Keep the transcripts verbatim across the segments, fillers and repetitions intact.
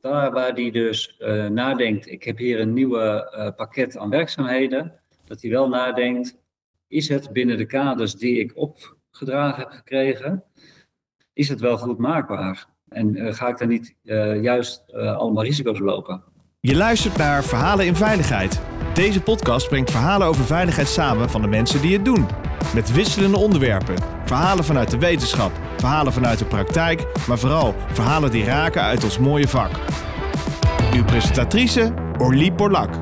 daar waar hij dus uh, nadenkt, ik heb hier een nieuwe uh, pakket aan werkzaamheden, dat hij wel nadenkt, is het binnen de kaders die ik opgedragen heb gekregen, is het wel goed maakbaar? En uh, ga ik daar niet uh, juist uh, allemaal risico's lopen? Je luistert naar Verhalen in Veiligheid. Deze podcast brengt verhalen over veiligheid samen van de mensen die het doen. Met wisselende onderwerpen. Verhalen vanuit de wetenschap, verhalen vanuit de praktijk, maar vooral verhalen die raken uit ons mooie vak. Uw presentatrice, Orlie Borlak.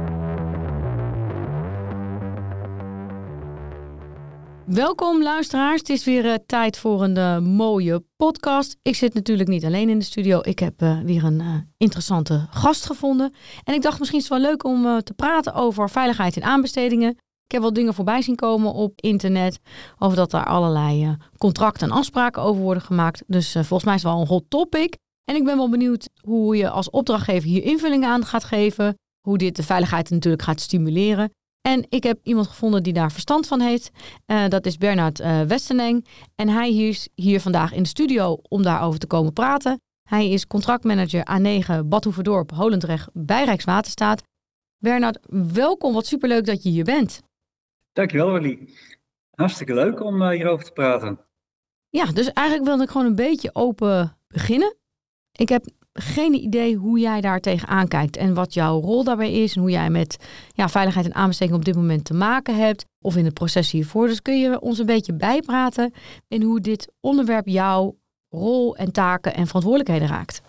Welkom luisteraars, het is weer uh, tijd voor een uh, mooie podcast. Ik zit natuurlijk niet alleen in de studio, ik heb uh, weer een uh, interessante gast gevonden. En ik dacht misschien is het wel leuk om uh, te praten over veiligheid in aanbestedingen. Ik heb wel dingen voorbij zien komen op internet over dat daar allerlei uh, contracten en afspraken over worden gemaakt. Dus uh, volgens mij is het wel een hot topic. En ik ben wel benieuwd hoe je als opdrachtgever hier invulling aan gaat geven. Hoe dit de veiligheid natuurlijk gaat stimuleren. En ik heb iemand gevonden die daar verstand van heeft. Uh, dat is Bernard uh, Westeneng. En hij is hier vandaag in de studio om daarover te komen praten. Hij is contractmanager A negen Bad Hoeverdorp Holendrecht bij Rijkswaterstaat. Bernard, welkom. Wat superleuk dat je hier bent. Dankjewel, Orlie. Hartstikke leuk om uh, hierover te praten. Ja, dus eigenlijk wilde ik gewoon een beetje open beginnen. Ik heb geen idee hoe jij daar tegenaan kijkt en wat jouw rol daarbij is en hoe jij met ja, veiligheid en aanbesteding op dit moment te maken hebt of in het proces hiervoor. Dus kun je ons een beetje bijpraten in hoe dit onderwerp jouw rol en taken en verantwoordelijkheden raakt?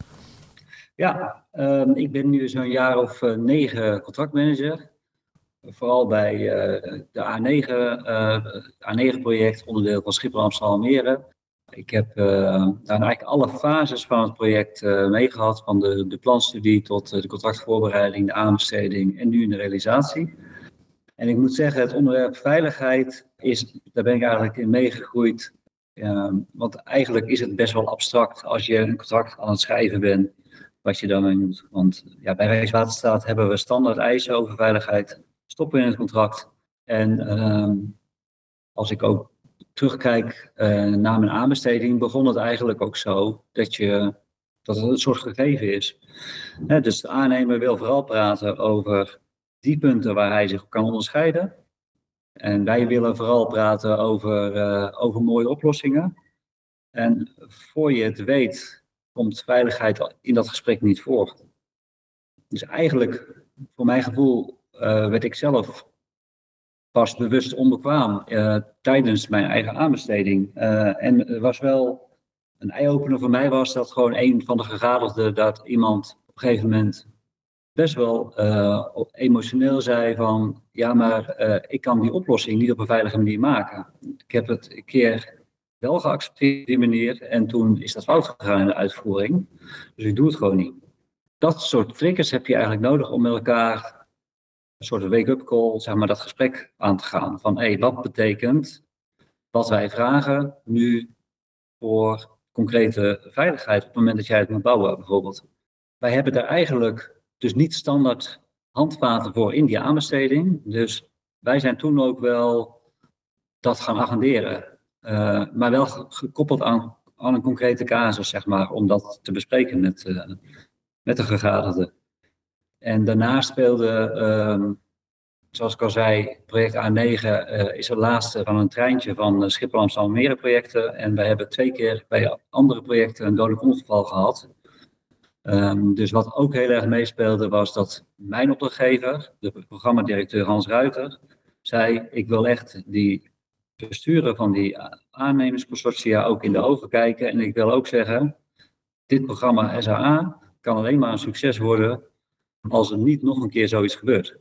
Ja, um, ik ben nu zo'n jaar of uh, negen contractmanager. Vooral bij uh, de A negen, uh, A negen project, onderdeel van Schiphol Amsterdam Almere. Ik heb uh, daar eigenlijk alle fases van het project uh, meegehad, van de, de planstudie tot uh, de contractvoorbereiding, de aanbesteding en nu in de realisatie. En ik moet zeggen, het onderwerp veiligheid, is, daar ben ik eigenlijk in meegegroeid. Uh, want eigenlijk is het best wel abstract als je een contract aan het schrijven bent, wat je daarmee moet. Want ja, bij Rijkswaterstaat hebben we standaard eisen over veiligheid, stoppen in het contract. En uh, als ik ook terugkijk uh, naar mijn aanbesteding, begon het eigenlijk ook zo dat, je, dat het een soort gegeven is. He, dus de aannemer wil vooral praten over die punten waar hij zich kan onderscheiden. En wij willen vooral praten over, uh, over mooie oplossingen. En voor je het weet, komt veiligheid in dat gesprek niet voor. Dus eigenlijk, voor mijn gevoel, uh, werd ik zelf pas bewust onbekwaam uh, tijdens mijn eigen aanbesteding. Uh, en het was wel een eye-opener voor mij was dat gewoon een van de gegadigden dat iemand op een gegeven moment best wel uh, emotioneel zei van ja, maar uh, ik kan die oplossing niet op een veilige manier maken. Ik heb het een keer wel geaccepteerd op die manier en toen is dat fout gegaan in de uitvoering. Dus ik doe het gewoon niet. Dat soort triggers heb je eigenlijk nodig om met elkaar een soort wake-up call, zeg maar, dat gesprek aan te gaan. Van, hé, hey, wat betekent wat wij vragen nu voor concrete veiligheid op het moment dat jij het moet bouwen, bijvoorbeeld. Wij hebben daar eigenlijk dus niet standaard handvaten voor in die aanbesteding. Dus wij zijn toen ook wel dat gaan agenderen. Uh, maar wel gekoppeld aan, aan een concrete casus, zeg maar, om dat te bespreken met, uh, met de gegadigden. En daarnaast speelde, uh, zoals ik al zei, project A negen uh, is het laatste van een treintje van uh, Schiphol Amsterdam Almere projecten. En wij hebben twee keer bij andere projecten een dodelijk ongeval gehad. Um, dus wat ook heel erg meespeelde was dat mijn opdrachtgever, de programmadirecteur Hans Ruiter, zei ik wil echt die besturen van die aannemersconsortia ook in de ogen kijken. En ik wil ook zeggen, dit programma S A A kan alleen maar een succes worden als er niet nog een keer zoiets gebeurt.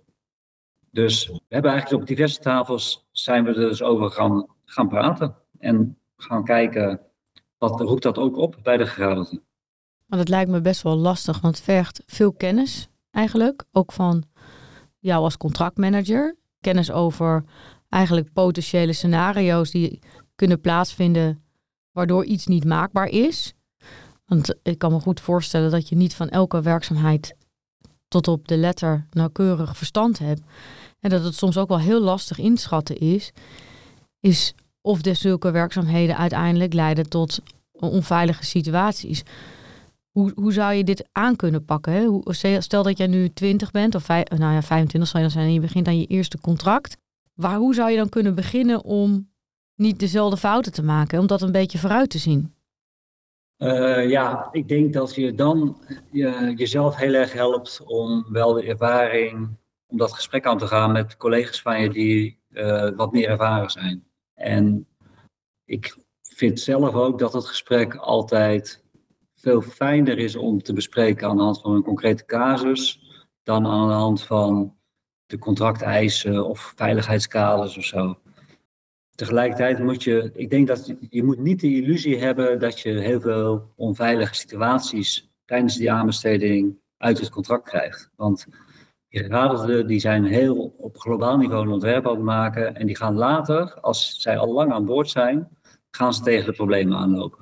Dus we hebben eigenlijk op diverse tafels zijn we er dus over gaan, gaan praten. En gaan kijken, wat roept dat ook op bij de gegadigden. Maar dat lijkt me best wel lastig, want het vergt veel kennis eigenlijk. Ook van jou als contractmanager. Kennis over eigenlijk potentiële scenario's die kunnen plaatsvinden waardoor iets niet maakbaar is. Want ik kan me goed voorstellen dat je niet van elke werkzaamheid tot op de letter nauwkeurig verstand hebt. En dat het soms ook wel heel lastig inschatten is, is of de zulke werkzaamheden uiteindelijk leiden tot onveilige situaties. Hoe, hoe zou je dit aan kunnen pakken? Hè? Hoe, stel dat jij nu twintig bent, of vijf, nou ja, vijfentwintig zal je dan zijn en je begint aan je eerste contract. Waar, hoe zou je dan kunnen beginnen om niet dezelfde fouten te maken, om dat een beetje vooruit te zien? Uh, ja, ik denk dat je dan je, jezelf heel erg helpt om wel de ervaring, om dat gesprek aan te gaan met collega's van je die uh, wat meer ervaren zijn. En ik vind zelf ook dat het gesprek altijd veel fijner is om te bespreken aan de hand van een concrete casus dan aan de hand van de contracteisen of veiligheidskaders of zo. Tegelijkertijd moet je, ik denk dat je, je moet niet de illusie hebben dat je heel veel onveilige situaties tijdens die aanbesteding uit het contract krijgt. Want die gegadigden die zijn heel op globaal niveau een ontwerp aan het maken en die gaan later, als zij al lang aan boord zijn, gaan ze tegen de problemen aanlopen.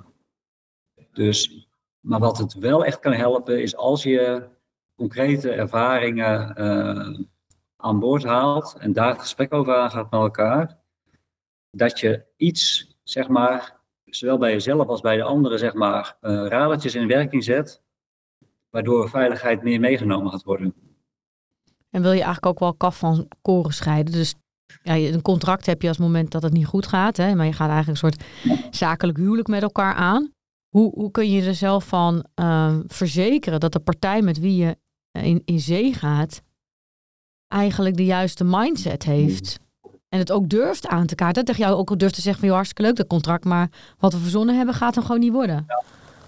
Dus, maar wat het wel echt kan helpen is als je concrete ervaringen uh, aan boord haalt en daar het gesprek over aangaat met elkaar, dat je iets, zeg maar, zowel bij jezelf als bij de anderen, zeg maar, uh, radertjes in werking zet, waardoor veiligheid meer meegenomen gaat worden. En wil je eigenlijk ook wel kaf van koren scheiden? Dus ja, een contract heb je als het moment dat het niet goed gaat, hè, maar je gaat eigenlijk een soort zakelijk huwelijk met elkaar aan. Hoe, hoe kun je er zelf van uh, verzekeren dat de partij met wie je in, in zee gaat eigenlijk de juiste mindset heeft? En het ook durft aan te kaarten. Tegen jou ook durft te zeggen van, joh, hartstikke leuk dat contract, maar wat we verzonnen hebben gaat hem gewoon niet worden. Ja,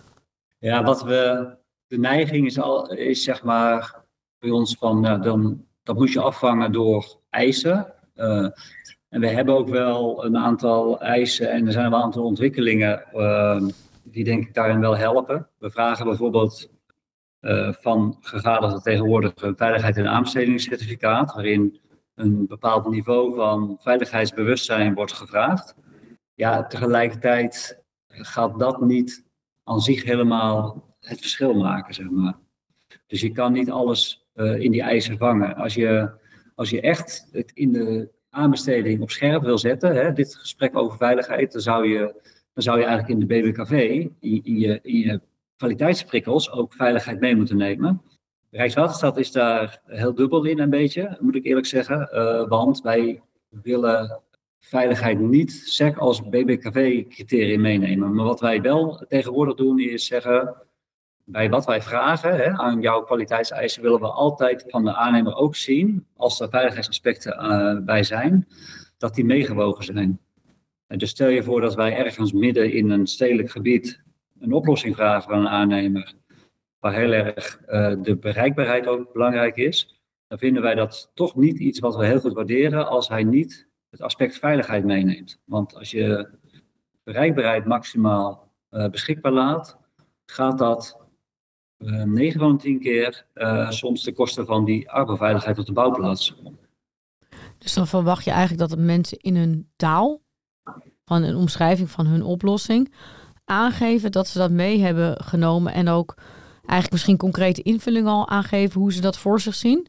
ja wat we, de neiging is al, is zeg maar bij ons van, nou, dan, dat moet je afvangen door eisen. Uh, en we hebben ook wel een aantal eisen en er zijn wel een aantal ontwikkelingen uh, die denk ik daarin wel helpen. We vragen bijvoorbeeld uh, van gegadigden tegenwoordig een veiligheid- en aanbestedingscertificaat, waarin een bepaald niveau van veiligheidsbewustzijn wordt gevraagd. Ja, tegelijkertijd gaat dat niet aan zich helemaal het verschil maken, zeg maar. Dus je kan niet alles uh, in die eisen vangen. Als je, als je echt het in de aanbesteding op scherp wil zetten, hè, dit gesprek over veiligheid, dan zou je, dan zou je eigenlijk in de B B K V, in, in, je, in je kwaliteitsprikkels, ook veiligheid mee moeten nemen. Rijkswaterstaat is daar heel dubbel in een beetje, moet ik eerlijk zeggen. Uh, want wij willen veiligheid niet S E C als B B K V-criterium meenemen. Maar wat wij wel tegenwoordig doen is zeggen, bij wat wij vragen hè, aan jouw kwaliteitseisen willen we altijd van de aannemer ook zien, als er veiligheidsaspecten uh, bij zijn, dat die meegewogen zijn. En dus stel je voor dat wij ergens midden in een stedelijk gebied een oplossing vragen van een aannemer, waar heel erg uh, de bereikbaarheid ook belangrijk is, dan vinden wij dat toch niet iets wat we heel goed waarderen als hij niet het aspect veiligheid meeneemt. Want als je bereikbaarheid maximaal uh, beschikbaar laat, gaat dat uh, negen van de tien keer uh, soms ten koste van die arbeidsveiligheid op de bouwplaats. Dus dan verwacht je eigenlijk dat mensen in hun taal, van een omschrijving van hun oplossing, aangeven dat ze dat mee hebben genomen en ook eigenlijk misschien concrete invulling al aangeven hoe ze dat voor zich zien?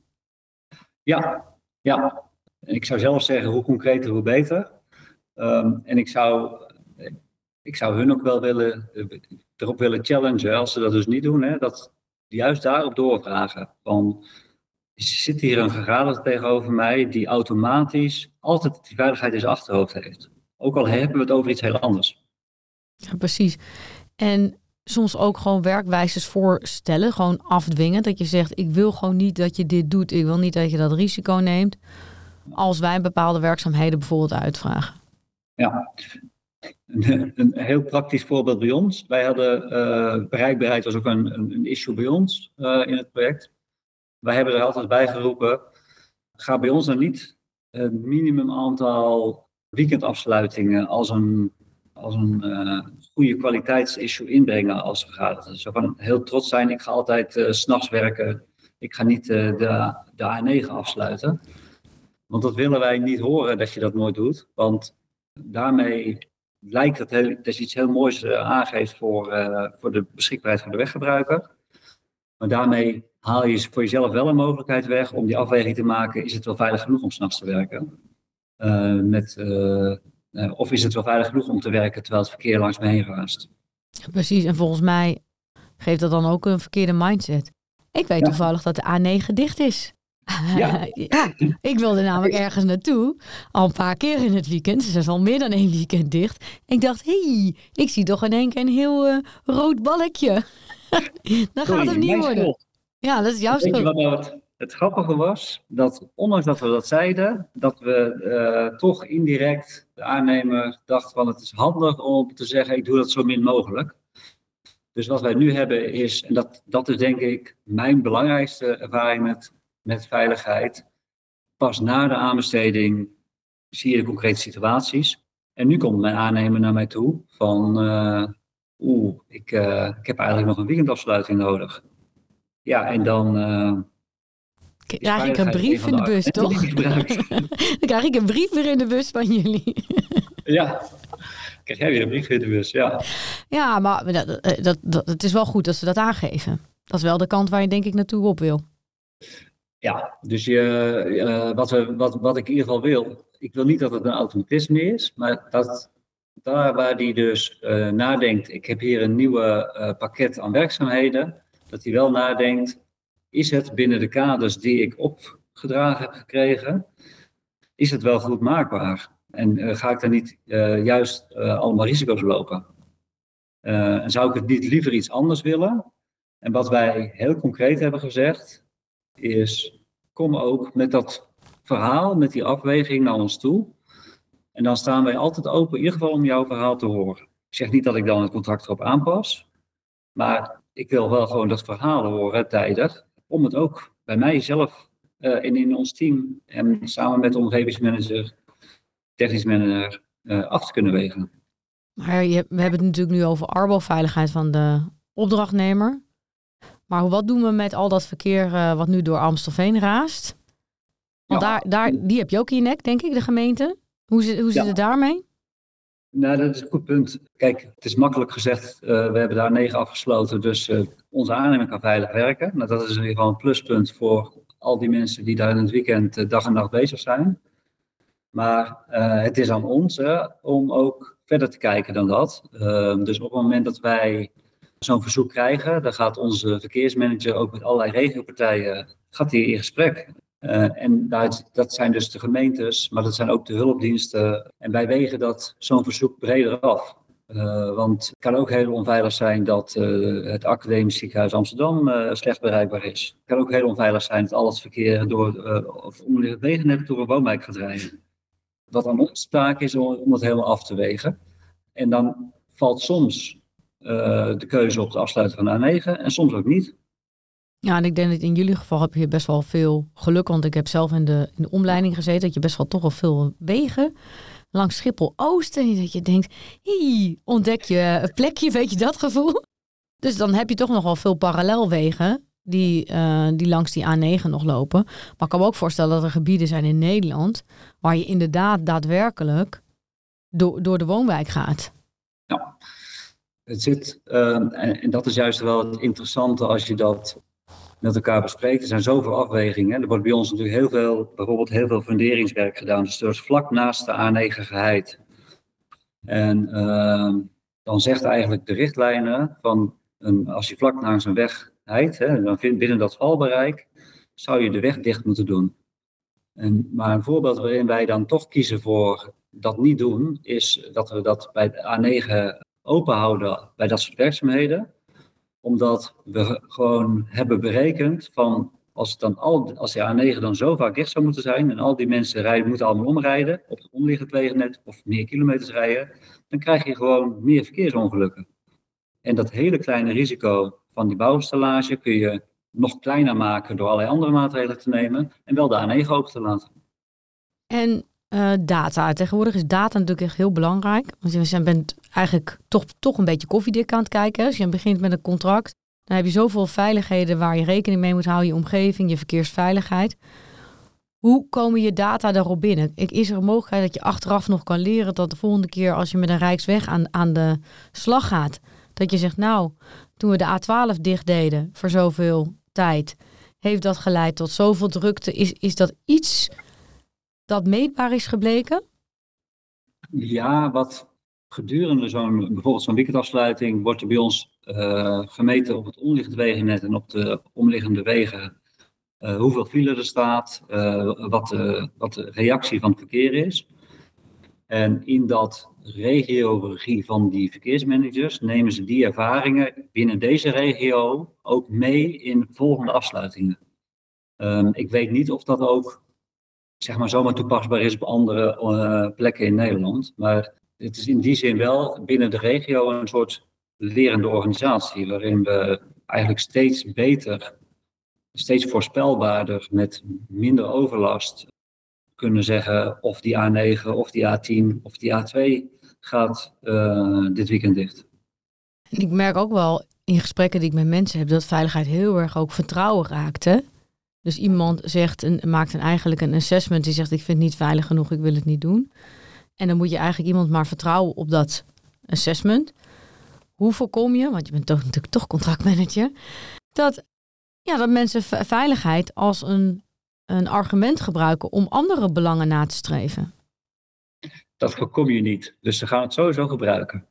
Ja, ja. En ik zou zelf zeggen, hoe concreter, hoe beter. Um, en ik zou, ik zou hun ook wel willen, erop willen challengen, als ze dat dus niet doen, hè, dat juist daarop doorvragen. Van, zit hier een gegadigde tegenover mij die automatisch altijd die veiligheid in zijn achterhoofd heeft. Ook al hebben we het over iets heel anders. Ja, precies. En soms ook gewoon werkwijzes voorstellen, gewoon afdwingen. Dat je zegt, ik wil gewoon niet dat je dit doet. Ik wil niet dat je dat risico neemt. Als wij bepaalde werkzaamheden bijvoorbeeld uitvragen. Ja, een, een heel praktisch voorbeeld bij ons. Wij hadden, uh, bereikbaarheid was ook een, een, een issue bij ons uh, in het project. Wij hebben er altijd bij geroepen, ga bij ons dan niet het minimum aantal weekendafsluitingen als een, als een uh, goede kwaliteitsissue inbrengen als gegadigde. Zo van heel trots zijn, ik ga altijd uh, 's nachts werken, ik ga niet uh, de, de A negen afsluiten. Want dat willen wij niet horen dat je dat nooit doet. Want daarmee lijkt het heel, dat je iets heel moois uh, aangeeft voor, uh, voor de beschikbaarheid voor de weggebruiker. Maar daarmee haal je voor jezelf wel een mogelijkheid weg om die afweging te maken. Is het wel veilig genoeg om 's nachts te werken? Uh, met, uh, uh, of is het wel veilig genoeg om te werken terwijl het verkeer langs me heen raast? Ja, precies. En volgens mij geeft dat dan ook een verkeerde mindset. Ik weet Ja. toevallig dat de A negen dicht is. Ja. ja, ik wilde namelijk ergens naartoe. Al een paar keer in het weekend. Ze is al meer dan één weekend dicht. Ik dacht, hé, hey, ik zie toch in één keer een heel uh, rood balkje. Dat Sorry, gaat het niet mijn worden. schuld. Ja, dat is jouw Weet je schuld. wat nou het, het grappige was? Dat ondanks dat we dat zeiden, dat we uh, toch indirect de aannemer dacht van het is handig om te zeggen ik doe dat zo min mogelijk. Dus wat wij nu hebben is, en dat, dat is denk ik mijn belangrijkste ervaring met, met veiligheid. Pas na de aanbesteding zie je de concrete situaties. En nu komt mijn aannemer naar mij toe van uh, oeh, ik, uh, ik heb eigenlijk nog een weekendafsluiting nodig. Ja, en dan uh, krijg ik een brief in de bus, toch? Dan krijg ik een brief weer in de bus van jullie. Ja, krijg jij weer een brief in de bus, ja. Ja, maar dat, dat, dat, het is wel goed dat ze dat aangeven. Dat is wel de kant waar je denk ik naartoe op wil. Ja, dus je, uh, wat, we, wat, wat ik in ieder geval wil, ik wil niet dat het een automatisme is, maar dat daar waar die dus uh, nadenkt, ik heb hier een nieuwe uh, pakket aan werkzaamheden, dat hij wel nadenkt, is het binnen de kaders die ik opgedragen heb gekregen, is het wel goed maakbaar? En uh, ga ik daar niet uh, juist uh, allemaal risico's lopen? Uh, en zou ik het niet liever iets anders willen? En wat wij heel concreet hebben gezegd, is kom ook met dat verhaal, met die afweging naar ons toe. En dan staan wij altijd open, in ieder geval om jouw verhaal te horen. Ik zeg niet dat ik dan het contract erop aanpas, maar ik wil wel gewoon dat verhaal horen tijdig, om het ook bij mijzelf uh, en in ons team en samen met de omgevingsmanager, technisch manager, uh, af te kunnen wegen. Maar je, we hebben het natuurlijk nu over arboveiligheid van de opdrachtnemer. Maar wat doen we met al dat verkeer uh, wat nu door Amstelveen raast? Want ja. daar, daar, die heb je ook in je nek, denk ik, de gemeente. Hoe zit, hoe zit ja. het daarmee? Nou, dat is een goed punt. Kijk, het is makkelijk gezegd, uh, we hebben daar negen afgesloten, dus uh, onze aannemer kan veilig werken. Nou, dat is in ieder geval een pluspunt voor al die mensen die daar in het weekend uh, dag en nacht bezig zijn. Maar uh, het is aan ons hè, om ook verder te kijken dan dat. Uh, dus op het moment dat wij zo'n verzoek krijgen, dan gaat onze verkeersmanager ook met allerlei regiopartijen gaat die in gesprek. Uh, en daar, dat zijn dus de gemeentes, maar dat zijn ook de hulpdiensten. En wij wegen dat zo'n verzoek breder af. Uh, want het kan ook heel onveilig zijn dat uh, het academisch ziekenhuis Amsterdam uh, slecht bereikbaar is. Het kan ook heel onveilig zijn dat al het verkeer door, uh, of onderliggend wegennet door een woonwijk gaat rijden. Wat aan onze taak is om, om dat helemaal af te wegen. En dan valt soms uh, de keuze op het afsluiten van de A negen en soms ook niet. Ja, en ik denk dat in jullie geval heb je best wel veel geluk, want ik heb zelf in de, in de omleiding gezeten, dat je best wel toch wel veel wegen langs Schiphol-Oost en dat je denkt, hé, ontdek je een plekje, weet je dat gevoel? Dus dan heb je toch nog wel veel parallelwegen die, uh, die langs die A negen nog lopen. Maar ik kan me ook voorstellen dat er gebieden zijn in Nederland waar je inderdaad daadwerkelijk door, door de woonwijk gaat. Ja, het zit, uh, en, en dat is juist wel het interessante als je dat met elkaar bespreekt. Er zijn zoveel afwegingen. Er wordt bij ons natuurlijk heel veel, bijvoorbeeld heel veel funderingswerk gedaan. Dus dat is vlak naast de A negen geheid. En uh, dan zegt eigenlijk de richtlijnen van een, als je vlak langs een weg rijdt, hè, dan vind, binnen dat valbereik, zou je de weg dicht moeten doen. En, maar een voorbeeld waarin wij dan toch kiezen voor dat niet doen, is dat we dat bij de A negen open houden bij dat soort werkzaamheden. Omdat we gewoon hebben berekend van als, het dan al, als de A negen dan zo vaak dicht zou moeten zijn en al die mensen rijden, moeten allemaal omrijden op het omliggend wegennet of meer kilometers rijden, dan krijg je gewoon meer verkeersongelukken. En dat hele kleine risico van die bouwinstallage kun je nog kleiner maken door allerlei andere maatregelen te nemen en wel de A negen open te laten. En uh, data. Tegenwoordig is data natuurlijk echt heel belangrijk. Want je bent eigenlijk toch, toch een beetje koffiedik aan het kijken. Als je begint met een contract, dan heb je zoveel veiligheden waar je rekening mee moet houden. Je omgeving, je verkeersveiligheid. Hoe komen je data daarop binnen? Is er een mogelijkheid dat je achteraf nog kan leren dat de volgende keer als je met een Rijksweg aan, aan de slag gaat, dat je zegt, nou, toen we de A twaalf dicht deden voor zoveel tijd, heeft dat geleid tot zoveel drukte? Is, is dat iets dat meetbaar is gebleken? Ja, wat, gedurende zo'n, bijvoorbeeld zo'n weekendafsluiting, wordt er bij ons uh, gemeten op het omliggende wegennet en op de omliggende wegen uh, hoeveel file er staat, uh, wat, de, wat de reactie van het verkeer is. En in dat regio-regie van die verkeersmanagers nemen ze die ervaringen binnen deze regio ook mee in volgende afsluitingen. Um, ik weet niet of dat ook zeg maar zomaar toepasbaar is op andere uh, plekken in Nederland, maar het is in die zin wel binnen de regio een soort lerende organisatie, waarin we eigenlijk steeds beter, steeds voorspelbaarder, met minder overlast kunnen zeggen of die A negen of die A tien of die A twee gaat uh, dit weekend dicht. Ik merk ook wel in gesprekken die ik met mensen heb dat veiligheid heel erg ook vertrouwen raakt. Hè? Dus iemand zegt een, maakt een, eigenlijk een assessment die zegt ik vind het niet veilig genoeg, ik wil het niet doen. En dan moet je eigenlijk iemand maar vertrouwen op dat assessment. Hoe voorkom je, want je bent toch, natuurlijk toch contractmanager, dat, ja, dat mensen veiligheid als een, een argument gebruiken om andere belangen na te streven? Dat voorkom je niet. Dus ze gaan het sowieso gebruiken.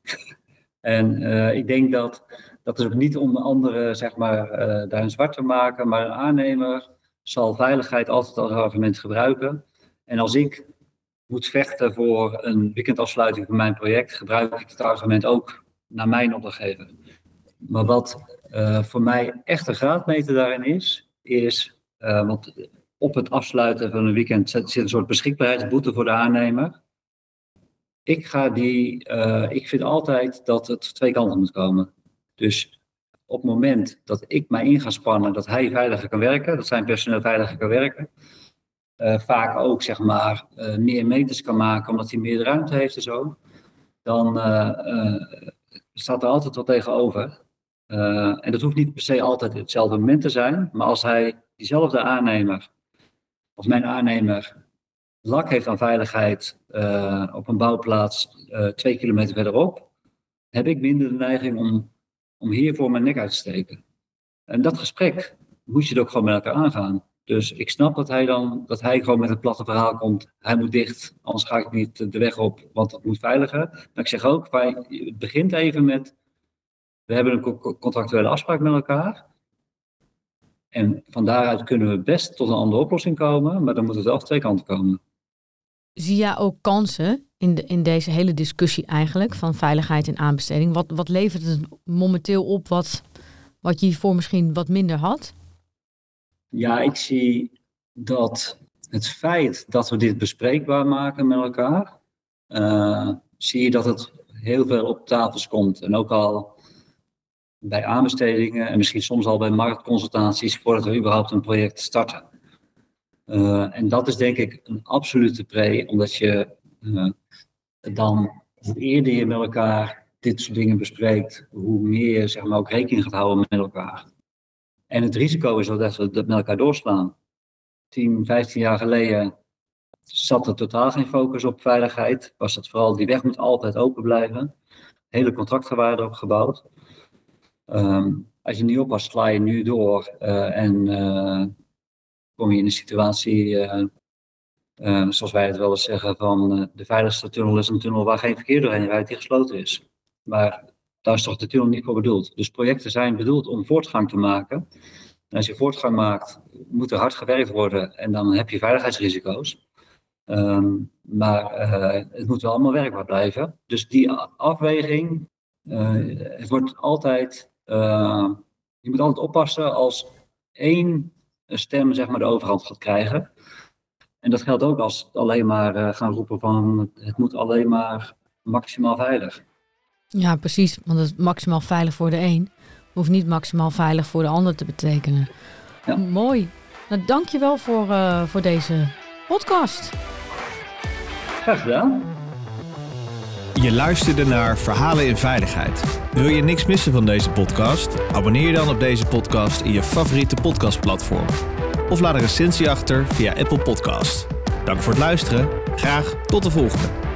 En uh, ik denk dat dat is ook niet om de anderen zeg maar, uh, daar een zwart te maken, maar een aannemer zal veiligheid altijd als argument gebruiken. En als ik moet vechten voor een weekendafsluiting van mijn project, gebruik ik het argument ook naar mijn opdrachtgever. Maar wat uh, voor mij echt een graadmeter daarin is, is, uh, want op het afsluiten van een weekend zit een soort beschikbaarheidsboete voor de aannemer. Ik ga die, uh, ik vind altijd dat het twee kanten moet komen. Dus op het moment dat ik mij in ga spannen dat hij veiliger kan werken, dat zijn personeel veiliger kan werken, uh, vaak ook zeg maar uh, meer meters kan maken omdat hij meer ruimte heeft en zo, dan uh, uh, staat er altijd wat tegenover. Uh, en dat hoeft niet per se altijd hetzelfde moment te zijn, maar als hij diezelfde aannemer, als mijn aannemer lak heeft aan veiligheid uh, op een bouwplaats uh, twee kilometer verderop, heb ik minder de neiging om, om hiervoor mijn nek uit te steken. En dat gesprek moet je het ook gewoon met elkaar aangaan. Dus ik snap dat hij dan, dat hij gewoon met het platte verhaal komt, hij moet dicht, anders ga ik niet de weg op, want het moet veiliger. Maar ik zeg ook, wij, het begint even met, we hebben een contractuele afspraak met elkaar. En van daaruit kunnen we best tot een andere oplossing komen, maar dan moet het wel twee kanten komen. Zie jij ook kansen in, de, in deze hele discussie eigenlijk van veiligheid en aanbesteding? Wat, wat levert het momenteel op wat, wat je hiervoor misschien wat minder had? Ja, ik zie dat het feit dat we dit bespreekbaar maken met elkaar, uh, zie je dat het heel veel op tafels komt. En ook al bij aanbestedingen en misschien soms al bij marktconsultaties voordat we überhaupt een project starten. Uh, en dat is denk ik een absolute pre, omdat je uh, dan, hoe eerder je met elkaar dit soort dingen bespreekt, hoe meer je zeg maar, ook rekening gaat houden met elkaar. En het risico is dat we dat met elkaar doorslaan. tien, vijftien jaar geleden zat er totaal geen focus op veiligheid. Was het vooral, die weg moet altijd open blijven. Hele contracten waren erop gebouwd. Um, als je niet oppast, sla je nu door uh, en uh, kom je in een situatie, uh, uh, zoals wij het wel eens zeggen, van uh, de veiligste tunnel is een tunnel waar geen verkeer doorheen rijdt die gesloten is. Maar daar is toch de tunnel niet voor bedoeld. Dus projecten zijn bedoeld om voortgang te maken. En als je voortgang maakt, moet er hard gewerkt worden en dan heb je veiligheidsrisico's. Um, maar uh, het moet wel allemaal werkbaar blijven. Dus die afweging, uh, het wordt altijd, uh, je moet altijd oppassen als één stem zeg maar de overhand gaat krijgen. En dat geldt ook als we alleen maar uh, gaan roepen van het moet alleen maar maximaal veilig. Ja, precies. Want het is maximaal veilig voor de een hoeft niet maximaal veilig voor de ander te betekenen. Ja. Mooi. Nou, dank je wel voor, uh, voor deze podcast. Graag gedaan. Je luisterde naar Verhalen in Veiligheid. Wil je niks missen van deze podcast? Abonneer je dan op deze podcast in je favoriete podcastplatform. Of laat een recensie achter via Apple Podcast. Dank voor het luisteren. Graag tot de volgende.